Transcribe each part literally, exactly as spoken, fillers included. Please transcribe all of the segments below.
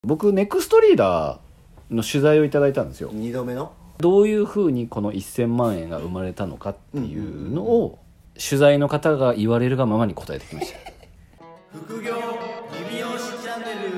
僕ネクストリーダーの取材をいただいたんですよ。 にどめのどういうふうにこのせんまんえんが生まれたのかっていうのを取材の方が言われるがままに答えてきました。 副業リビオシチャンネル。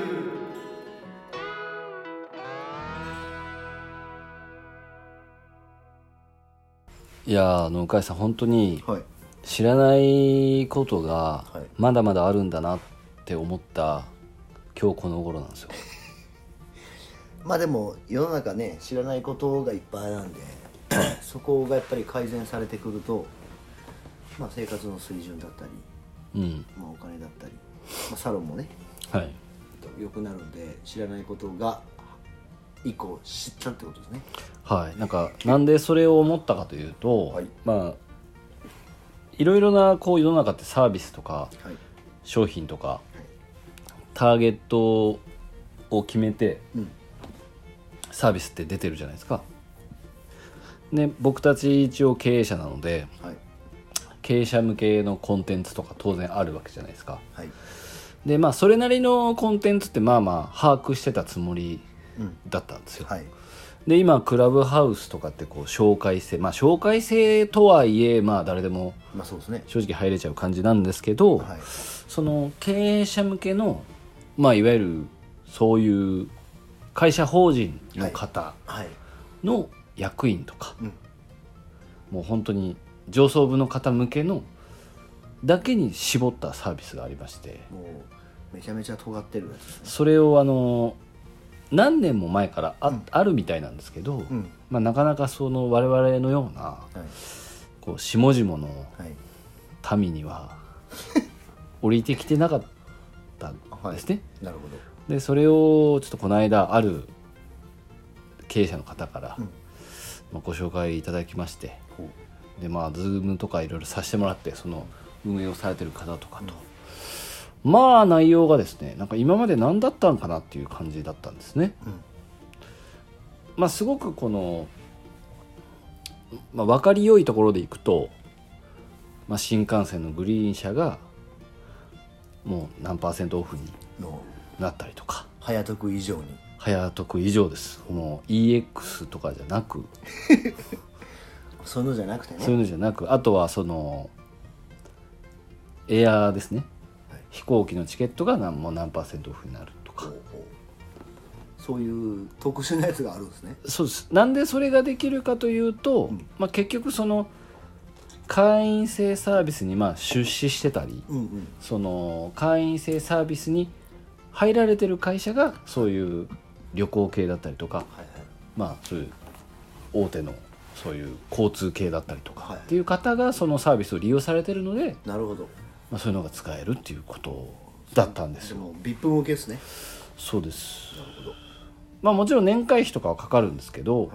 いやー、あの向井さん、本当にはい知らないことがはいまだまだあるんだなって思った今日この頃なんですよ。 まあでも世の中ね、知らないことがいっぱいなんでそこがやっぱり改善されてくると、まあ、生活の水準だったり、 うんまあ、お金だったり、まあ、サロンもねはい良くなるので、知らないことが以降知ったってことですね。 はい、なんかなんでそれを思ったかというと、 はいまあいろいろなこう世の中ってサービスとかはい商品とかターゲットを決めてうんサービスって出てるじゃないですか。で、僕たち一応経営者なのではい経営者向けのコンテンツとか当然あるわけじゃないですか。 はいで、まあそれなりのコンテンツってまあまあ把握してたつもりうんだったんですよ。 はいで、今クラブハウスとかってこう紹介制、まあ紹介制とはいえまあ誰でもまあそうですね。 正直入れちゃう感じなんですけど、 はいその経営者向けのまあいわゆるそういう会社法人の方はいの役員とか、 うんもう本当に上層部の方向けのだけに絞ったサービスがありまして、 もうめちゃめちゃ尖ってるやつですね。 それをあの何年も前から あ,、 うんあるみたいなんですけど、 うんまあ、なかなかその我々のようなはいこう下々のはい民には降りてきてなかったんですね。 なるほど。 でそれをちょっとこの間ある経営者の方から、 うんまあ、ご紹介いただきまして、 ほうでまあ Zoom とかいろいろさせてもらって、その運営をされてる方とかと、まあ内容がですね、なんか今まで何だったのかなっていう感じだったんですね。 うんまあすごくこの、まあ、分かりよいところでいくと、まあ、新幹線のグリーン車がもう何パーセントオフにのなったりとか、 早得以上に早得以上です。もう イーエックス とかじゃなく、 そういうのじゃなくてね。 そういうのじゃなく、あとはそのエアーですね、 はい飛行機のチケットが何もう何パーセントオフになるとか。 ほうほうそういう特殊なやつがあるんですね。 そうです。なんでそれができるかというと、 うんまあ、結局その会員制サービスにまあ出資してたり、 うんうんその会員制サービスに入られてる会社がそういう旅行系だったりとか、 はいはいまあそういう大手のそういう交通系だったりとかはいっていう方がそのサービスを利用されてるので、 なるほど。 まあ、そういうのが使えるっていうことだったんですよ。 でも ブイアイピー 向けですね。 そうです。 なるほど。 まあもちろん年会費とかはかかるんですけど、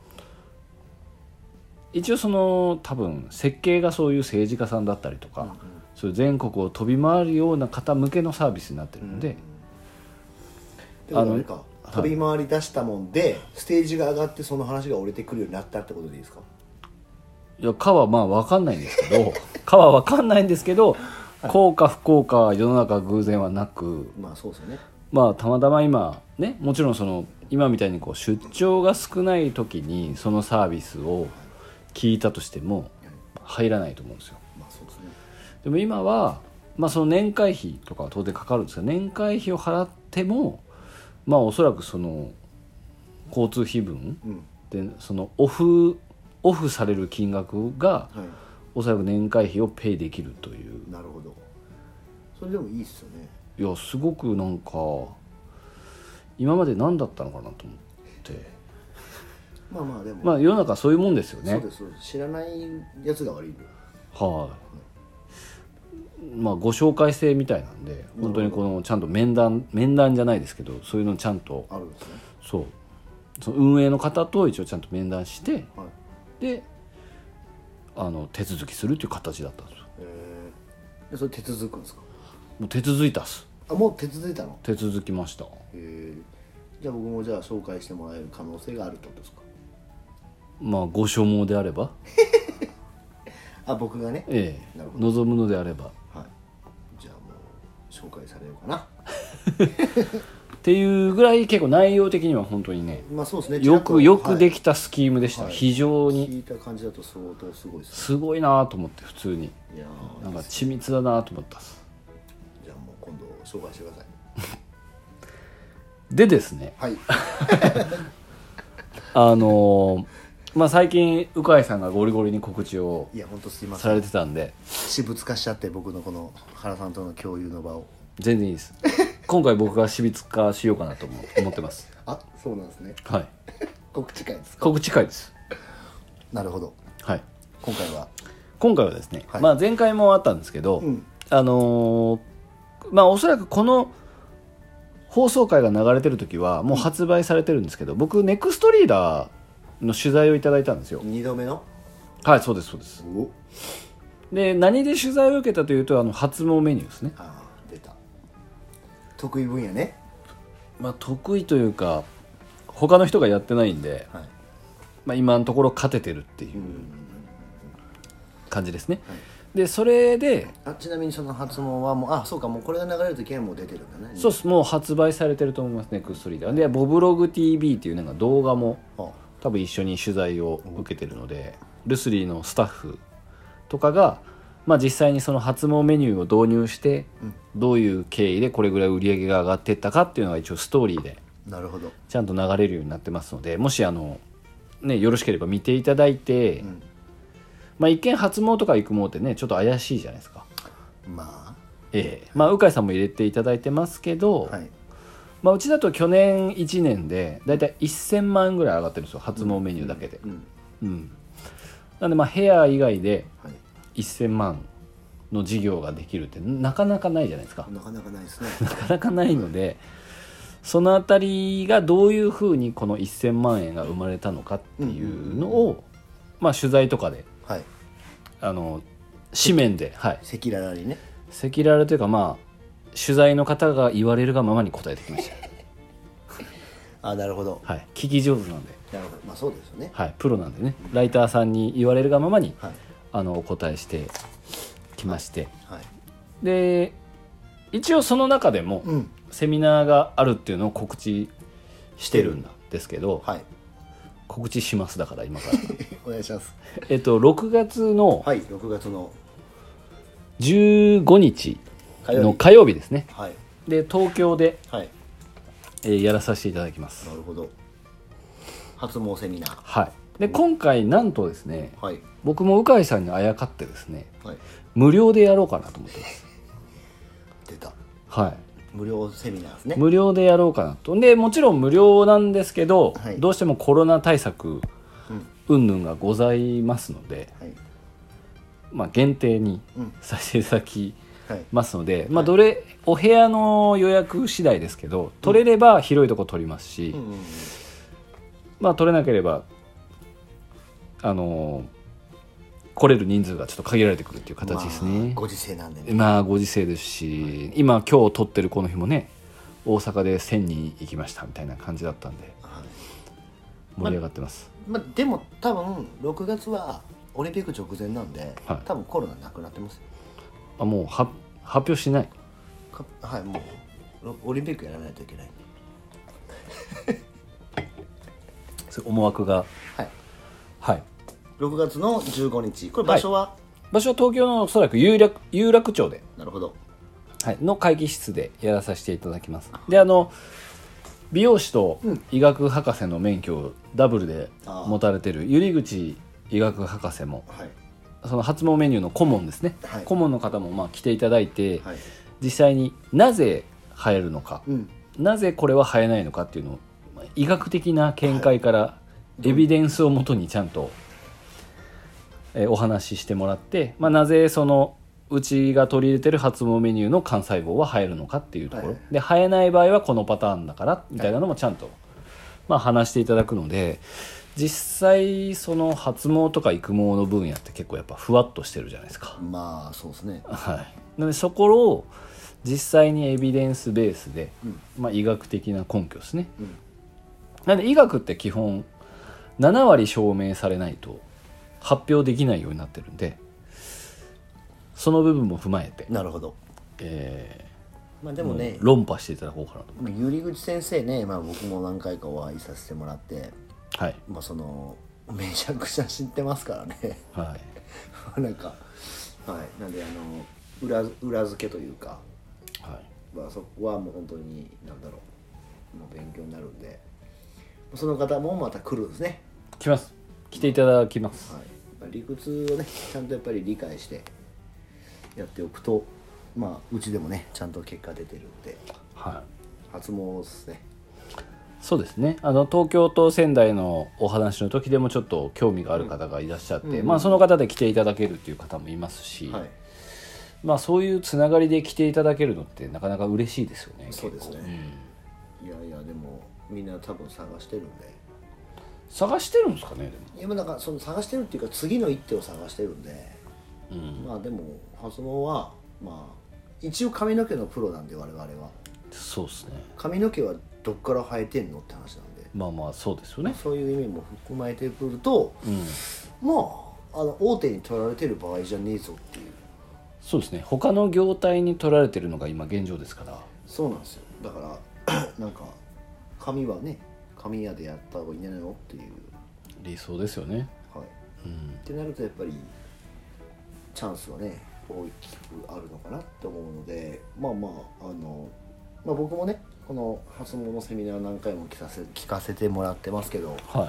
はい一応その多分設計がそういう政治家さんだったりとか、 うんうんそういう全国を飛び回るような方向けのサービスになってるので、 でもあれか、 あの飛び回り出したもんで、ステージが上がってその話が折れてくるようになったってことでいいですか？ いやかはまあ分かんないんですけどかは分かんないんですけど、幸か不幸か世の中偶然はなく、 まあそうですよね。 まあたまたま今ね、もちろんその今みたいにこう出張が少ない時にそのサービスを聞いたとしても入らないと思うんですよ。 まあそうですね。 でも今は、まあ、その年会費とかは当然かかるんですけど、年会費を払ってもまあおそらくその交通費分うんでそのオフオフされる金額がはおそらく年会費をペイできるという。 い。なるほど。それでもいいっすよね。 いやすごくなんか今まで何だったのかなと思って、 まあまあでも、 まあ世の中そういうもんですよね。 そうですそうです。知らないやつが悪いんで。 はい、まあご紹介制みたいなんで、本当にこのちゃんと面談面談じゃないですけど、そういうのちゃんとあるんですね。 そうその運営の方と一応ちゃんと面談して、 はい。 であの手続きするっていう形だったんですよ。 えー、でそれ手続くんですか？ もう手続いたっす。 あ、もう手続いたの？ 手続きました。 えー、じゃあ僕もじゃあ紹介してもらえる可能性があるってことですか？ まあご所望であればあ、僕がね。 ええなるほど。 望むのであれば。 はい。じゃあもう紹介されようかな。 っていうぐらい結構内容的には本当にね、 まあそうですね、 よくよくできたたスキームでした、 はい、 非常に聞いた感じだと相当すごいですね。 すごいなと思って、普通にいやなんか緻密だなと思ったっす。 じゃあもう今度紹介してください。 でですね、 はいあのー、まあ最近鵜飼さんがゴリゴリに告知をいや本当すいません、 されてたんで私物化しちゃって、僕のこの原さんとの共有の場を。 全然いいです今回僕が私物化しようかなと思思ってます。 あ、そうなんですね。 はい告知会ですか。 告知会です。 なるほど。 はい今回は今回はですね、 はい、 まあ前回もあったんですけど、 うん、 あのー、まあおそらくこの放送回が流れてる時はもう発売されてるんですけど、僕ネクストリーダーの取材をいただいたんですよ。 にどめの。 はい、そうですそうです。 おで何で取材を受けたというと、あの発毛メニューですね。 ああ出た、得意分野ね。 まあ得意というか他の人がやってないんで、 はい、 まあ、今のところ勝ててるっていう感じですね、はい、でそれであ、ちなみにその発毛はもう、あ、そうか、もうこれが流れる時はもう出てるんだね。 そうです、もう発売されてると思いますね、ネクストリーダーで。ボブログ ティーブイ っていうなんか動画も多分一緒に取材を受けてるので、ルスリーのスタッフとかが、まあ、実際にその発毛メニューを導入してどういう経緯でこれぐらい売り上げが上がっていったかっていうのが一応ストーリーでなるほどちゃんと流れるようになってますので、もしあの、ね、よろしければ見ていただいて、うん、まあ、一見発毛とか育毛ってねちょっと怪しいじゃないですか。 まあええ、まあ鵜飼さんも入れていただいてますけど、はい、まあ、うちだと去年いちねんでだいたいせんまんぐらい上がってるんですよ、発毛メニューだけで、うんうんうん、なんでまあヘア以外でせんまんの事業ができるってなかなかないじゃないですか。 なかなかないですねなかなかないので、そのあたりがどういうふうにこのせんまんえんが生まれたのかっていうのを、うんうんうん、まあ取材とかで、はい、あの紙面で赤裸々にね、 赤裸々というか、まあ取材の方が言われるがままに答えてきましたあ、なるほど、 はい、聞き上手なんで。 なるほど、まあそうですよね、 はい、プロなんでね、ライターさんに言われるがままに、はい、あのお答えしてきまして、はいはい、で一応その中でも、うん、セミナーがあるっていうのを告知してるんですけど、はい、告知します。だから今からお願いします。 えっとろくがつの、 はい、ろくがつのじゅうごにちの火曜日ですね、はい、で東京で、はい、えー、やらさせていただきます。 なるほど、発毛セミナー、 はい、で今回なんとですね、はい、僕も鵜飼さんにあやかってですね、はい、無料でやろうかなと思ってます。 出た、 はい、 無料セミナーですね。 無料でやろうかなと。でもちろん無料なんですけど、はい、どうしてもコロナ対策云々がございますので、はい、まあ、限定にさせていただきますので、うん、まあ、どれお部屋の予約次第ですけど、取れれば広いとこ取りますし、うんうんうん、まあ、取れなければあの来れる人数がちょっと限られてくるっていう形ですね。 まあ、ご時世なんでね。 まあご時世ですし、はい、今今日撮ってるこの日もね、大阪でせんにん行きましたみたいな感じだったんで、はい、盛り上がってます。 まあ、でも多分ろくがつはオリンピック直前なんで、はい、多分コロナなくなってますよ。 あ、もうは発表しない。 はい、もうオリンピックやらないといけない。 そういう思惑が、はいはい、 ろくがつのじゅうごにち、これ場所は、はい、 場所は東京のおそらく有楽、有楽町で、 なるほど、 はい、の会議室でやらさせていただきます。で、あの美容師と医学博士の免許をダブルで持たれてる百合口医学博士も、はい、その発毛メニューの顧問ですね、はい、顧問の方もまあ来ていただいて、はい、実際になぜ生えるのか、うん、なぜこれは生えないのかっていうのを医学的な見解からエビデンスをもとにちゃんと、えー、お話ししてもらって、まあ、なぜそのうちが取り入れてる発毛メニューの幹細胞は生えるのかっていうところ、はい、で生えない場合はこのパターンだからみたいなのもちゃんと、まあ、話していただくので、実際その発毛とか育毛の分野って結構やっぱふわっとしてるじゃないですか。 まあそうですね、 はい、なのでそこを実際にエビデンスベースで、うん、まあ、医学的な根拠ですね、うん、なので医学って基本ななわり証明されないと発表できないようになってるんで、その部分も踏まえて、 なるほど、 えまあでもね、 論破していただこうかなと。 ゆり口先生ね、まあ、僕も何回かお会いさせてもらって、 はい、 まあ、そのめちゃくちゃ知ってますからねはい、 なんか、はい、なんであの 裏, 裏付けというか、 はい、 まあ、そこはもう本当に何だろう、もう勉強になるんで、その方もまた来るんですね。 来ます。来ていただきます。 はい、理屈をねちゃんとやっぱり理解してやっておくと、まあうちでもねちゃんと結果出てるんで、 はい、 発毛ですね。 そうですね。あの東京と仙台のお話の時でもちょっと興味がある方がいらっしゃって、うんうん、まあその方で来ていただけるっていう方もいますし、はい、まあそういうつながりで来ていただけるのってなかなか嬉しいですよね。 そうですね、うん、いやいやでもみんな多分探してるんで。 探してるんですかね。でもいやなんかその探してるっていうか次の一手を探してるんで、うん、まあでも発毛はまあ一応髪の毛のプロなんで我々は。 そうですね。 髪の毛はどっから生えてんのって話なんで、 まあまあそうですよね。 そういう意味も含まれてくると、うん、まああの大手に取られてる場合じゃねえぞっていう。 そうですね。他の業態に取られてるのが今現状ですから。 そうなんですよ。だからなんか髪はね髪屋でやった方がいいんじゃないのっていう理想ですよね。 はい、うん、ってなるとやっぱりチャンスはね大きくあるのかなって思うので、まあまああの、まあ、僕もねこの発毛のセミナー何回も聞かせ聞かせてもらってますけど、はい、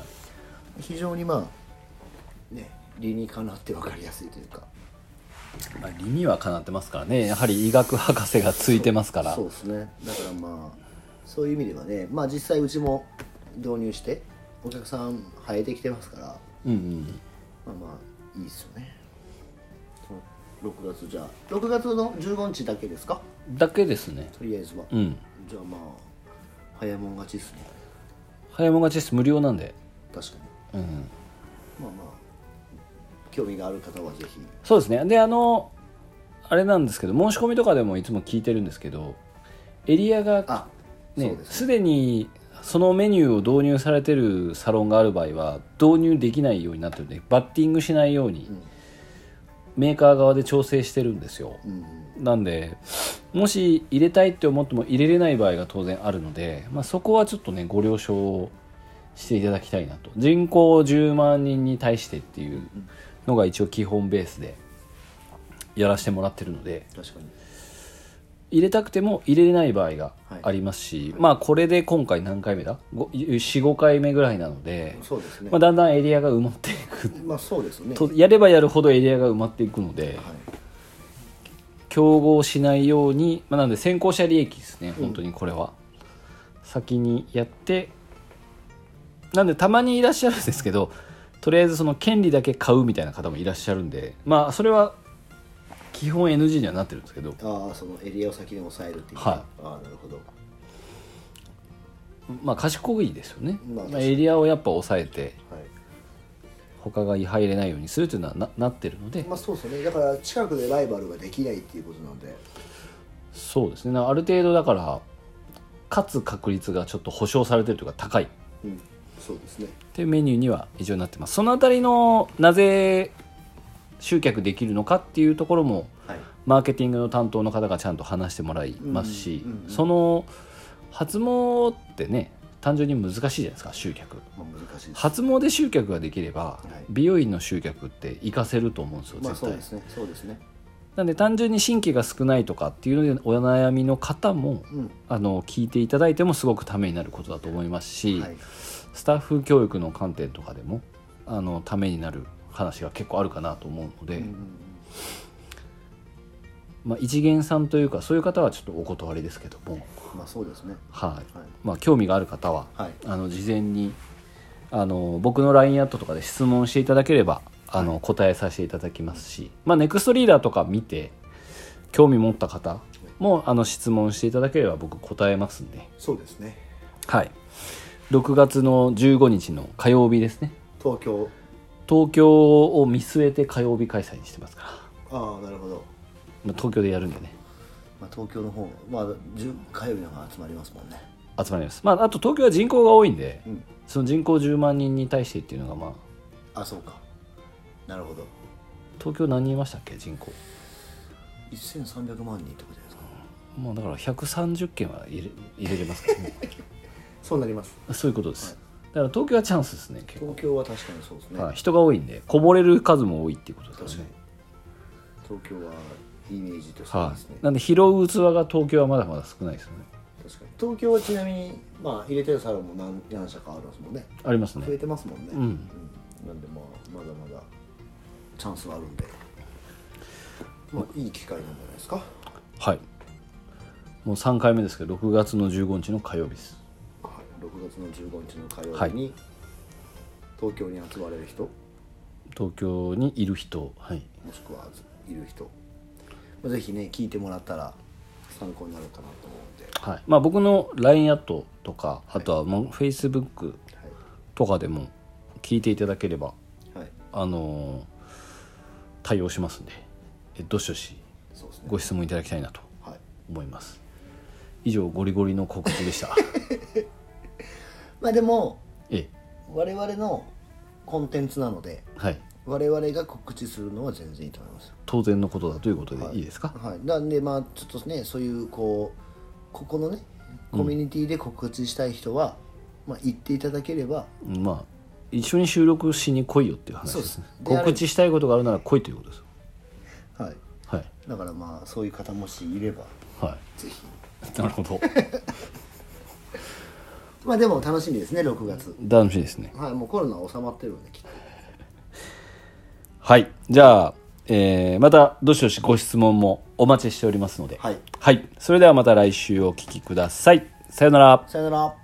非常にまあね理にかなって分かりやすいというか、 まあ、理にはかなってますからね。やはり医学博士がついてますから。 そう、そうですね。だからまあそういう意味ではね、まあ実際うちも導入してお客さん生えてきてますから、うんうん、まあまあいいですよね。ろくがつじゃあろくがつのじゅうごにちだけですか？ だけですね。 とりあえずは、うん、じゃあまあ早もん勝ちですね。 早もん勝ちです。無料なんで。 確かに、うん、まあまあ興味がある方はぜひ。 そうですね。であのあれなんですけど、申し込みとかでもいつも聞いてるんですけど、エリアがねすでにそのメニューを導入されてるサロンがある場合は導入できないようになってるんで、バッティングしないように、うん、メーカー側で調整してるんですよ、うんうん、なんでもし入れたいって思っても入れれない場合が当然あるので、まあ、そこはちょっとねご了承していただきたいなと。人口じゅうまんにんに対してっていうのが一応基本ベースでやらせてもらってるので、 確かに入れたくても入れれない場合がありますし、はいはい、まあこれで今回何回目だ よん,ご 回目ぐらいなので、 そうですね、 まあ、だんだんエリアが埋まっていく、 まあそうですね、 とやればやるほどエリアが埋まっていくので、はい、競合しないように、まあ、なので先行者利益ですね、うん、本当にこれは先にやって、なんでたまにいらっしゃるんですけど、とりあえずその権利だけ買うみたいな方もいらっしゃるんで、まあそれは基本 エヌジー にはなってるんですけど、 ああそのエリアを先に抑えるっていう、 はい、 ああなるほど、 まあ賢いですよね、まあ、エリアをやっぱ抑えて、はい、他が入れないようにするというのは な, なってるので、 まあそうですね。だから近くでライバルができないっていうことなので、 そうですね。ある程度だから勝つ確率がちょっと保証されてるというか高い、 うん、そうですねっていうメニューには一応なってます。そのあたりのなぜ集客できるのかっていうところも、はい、マーケティングの担当の方がちゃんと話してもらいますし、うんうんうんうん、その発毛ってね単純に難しいじゃないですか、集客、 まあ、難しいです。 発毛で集客ができれば、はい、美容院の集客って活かせると思うんですよ、 まあ、 絶対。 そうですね、そうですね。 なんで単純に新規が少ないとかっていうのでお悩みの方も、うん、あの聞いていただいてもすごくためになることだと思いますし、はい、スタッフ教育の観点とかでもあのためになる話が結構あるかなと思うので、うんうんうん、まあ、一元さんというかそういう方はちょっとお断りですけども、 まあそうですね、 はいはい、まあ、興味がある方は、はい、あの事前にあの僕の ライン アットとかで質問していただければあの答えさせていただきますし、まあ、ネクストリーダーとか見て興味持った方もあの質問していただければ僕答えますんで。 そうですね、 はい、ろくがつのじゅうごにちの火曜日ですね。 東京東京を見据えて火曜日開催にしてますから。 ああなるほど、 まあ、東京でやるんでね、 まあ、東京の方、まあ、火曜日の方が集まりますもんね。 集まります、まあ、あと東京は人口が多いんで、うん、その人口じゅうまんにんに対してっていうのがまああそうか、なるほど。 東京何人いましたっけ、人口せんさんびゃくまんにんってことですか。 もうだからひゃくさんじゅっけんは入れ入れれますからねそうなります。 そういうことです、 はい、 だから東京はチャンスですね。結構東京は確かにそうですね、 はい、人が多いんでこぼれる数も多いっていうことですね。 確かに東京はイメージとしてはい、 ですね、 なんで拾う器が東京はまだまだ少ないですよね。 確かに東京はちなみにまあ入れてるサロンも 何, 何社かあるんですもんね。 ありますね。 増えてますもんね、 うん、 うん、なんでまあまだまだチャンスはあるんで、まあいい機会なんじゃないですか。 はい、もうさんかいめですけどろくがつのじゅうごにちの火曜日です。 はい、ろくがつのじゅうごにちの火曜日に、はい、東京に集まれる人、 東京にいる人、はい、 もしくはいる人、ぜひね聞いてもらったら参考になるかなと思うんで、 はい、まあ、僕の ライン アットとか、あとはもう Facebook とかでも聞いていただければ、はい、あのー、対応しますんで、どしどしご質問いただきたいなと思います、はい、以上ゴリゴリの告知でしたまあでもええ我々のコンテンツなので、はい、我々が告知するのは全然いいと思います。 当然のことだということでいいですか。 はい、はい、なんでまあちょっとねそういうこうここのねコミュニティで告知したい人は、うん、まあ、言っていただければ、 まあ一緒に収録しに来いよっていう話ですね。告知したいことがあるなら来いということです。 はい、はい、だからまあそういう方もしいれば、はい、ぜひ。 なるほどまあでも楽しみですね。ろくがつ楽しいですね。 はい、もうコロナ収まってるんできっと。 はい、じゃあ、えー、またどしどしご質問もお待ちしておりますので、はい、はい、それではまた来週お聞きください。さよなら。 さよなら。